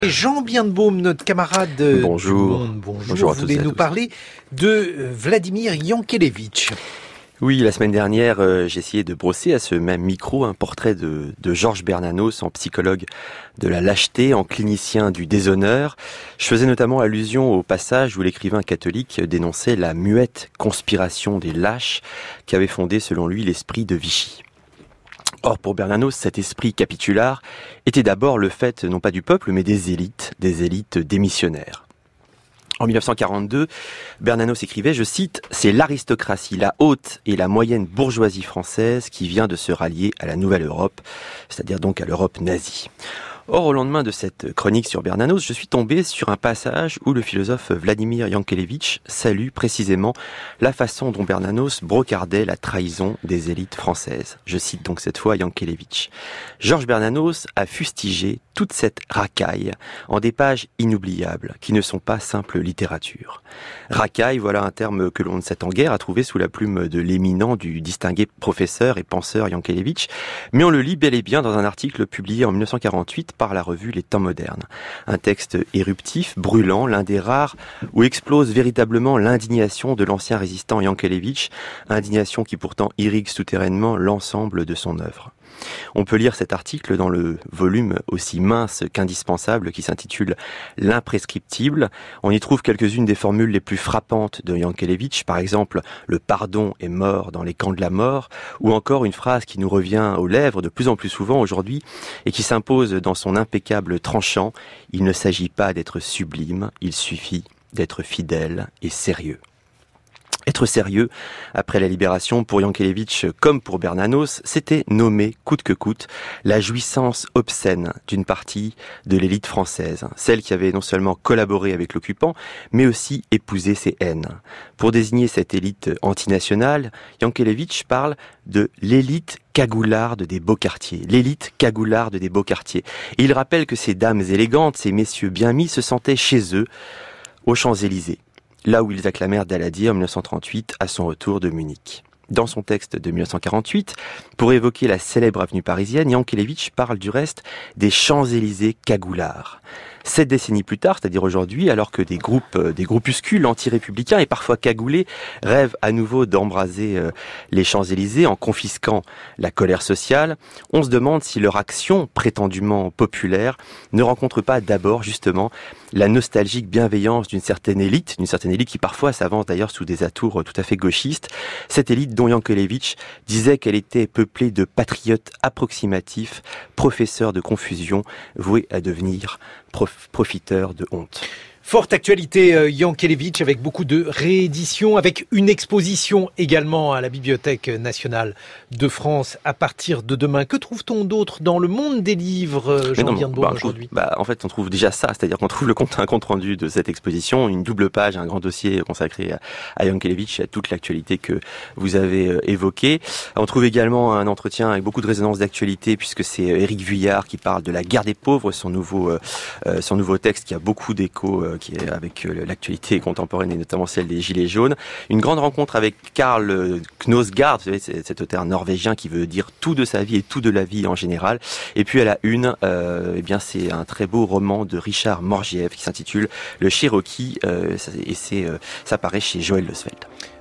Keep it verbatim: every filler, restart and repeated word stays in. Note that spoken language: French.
Jean Bienbaume, notre camarade bonjour. du Monde, bonjour. Bonjour à Vous tous voulez et à nous tous. parler de Vladimir Yankelevitch. Oui, la semaine dernière, euh, j'ai essayé de brosser à ce même micro un portrait de, de Georges Bernanos, en psychologue de la lâcheté, en clinicien du déshonneur. Je faisais notamment allusion au passage où l'écrivain catholique dénonçait la muette conspiration des lâches qui avait fondé, selon lui, l'esprit de Vichy. Or, pour Bernanos, cet esprit capitulaire était d'abord le fait, non pas du peuple, mais des élites, des élites démissionnaires. En dix-neuf cent quarante-deux, Bernanos écrivait, je cite, « C'est l'aristocratie, la haute et la moyenne bourgeoisie française qui vient de se rallier à la nouvelle Europe, c'est-à-dire donc à l'Europe nazie. » Or, au lendemain de cette chronique sur Bernanos, je suis tombé sur un passage où le philosophe Vladimir Yankelevitch salue précisément la façon dont Bernanos brocardait la trahison des élites françaises. Je cite donc cette fois Yankelevitch. « Georges Bernanos a fustigé toute cette racaille en des pages inoubliables qui ne sont pas simple littérature. Racaille, voilà un terme que l'on ne s'attend guère à trouver sous la plume de l'éminent du distingué professeur et penseur Yankelevitch, mais on le lit bel et bien dans un article publié en dix-neuf cent quarante-huit par la revue Les Temps modernes. Un texte éruptif, brûlant, l'un des rares où explose véritablement l'indignation de l'ancien résistant Yankelevitch, indignation qui pourtant irrigue souterrainement l'ensemble de son œuvre. On peut lire cet article dans le volume aussi mince qu'indispensable qui s'intitule « L'imprescriptible ». On y trouve quelques-unes des formules les plus frappantes de Yankelevitch, par exemple « Le pardon est mort dans les camps de la mort » ou encore une phrase qui nous revient aux lèvres de plus en plus souvent aujourd'hui et qui s'impose dans son impeccable tranchant « Il ne s'agit pas d'être sublime, il suffit d'être fidèle et sérieux ». Être sérieux, après la libération, pour Yankelevitch comme pour Bernanos, c'était nommer, coûte que coûte, la jouissance obscène d'une partie de l'élite française, celle qui avait non seulement collaboré avec l'occupant, mais aussi épousé ses haines. Pour désigner cette élite antinationale, Yankelevitch parle de l'élite cagoularde des beaux quartiers, l'élite cagoularde des beaux quartiers. Et il rappelle que ces dames élégantes, ces messieurs bien mis se sentaient chez eux, aux Champs-Élysées, là où ils acclamèrent Daladier en dix-neuf cent trente-huit à son retour de Munich. Dans son texte de dix-neuf cent quarante-huit, pour évoquer la célèbre avenue parisienne, Yankelevitch parle du reste des Champs-Élysées cagoulards. Sept décennies plus tard, c'est-à-dire aujourd'hui, alors que des groupes, des groupuscules anti-républicains et parfois cagoulés rêvent à nouveau d'embraser les Champs-Élysées en confisquant la colère sociale, on se demande si leur action prétendument populaire ne rencontre pas d'abord justement la nostalgique bienveillance d'une certaine élite, d'une certaine élite qui parfois s'avance d'ailleurs sous des atours tout à fait gauchistes, cette élite dont Yankelevitch disait qu'elle était peuplée de patriotes approximatifs, professeurs de confusion, voués à devenir prof- profiteurs de honte. Forte actualité euh, Yankelevitch avec beaucoup de rééditions, avec une exposition également à la Bibliothèque nationale de France à partir de demain. Que trouve-t-on d'autre dans le monde des livres, euh, Jean Bienbaume, bah, aujourd'hui? bah, En fait, on trouve déjà ça, c'est-à-dire qu'on trouve le compte, un compte rendu de cette exposition, une double page, un grand dossier consacré à, à Yankelevitch et à toute l'actualité que vous avez euh, évoquée. On trouve également un entretien avec beaucoup de résonance d'actualité, puisque c'est Éric Vuillard qui parle de la guerre des pauvres, son nouveau, euh, son nouveau texte qui a beaucoup d'écho, euh, qui est avec l'actualité contemporaine et notamment celle des Gilets jaunes. Une grande rencontre avec Karl Knausgaard, vous savez, c'est cet auteur norvégien qui veut dire tout de sa vie et tout de la vie en général. Et puis à la une, euh, eh bien c'est un très beau roman de Richard Morgiev qui s'intitule Le Cherokee euh, et c'est, euh, ça paraît chez Joël Losfeld.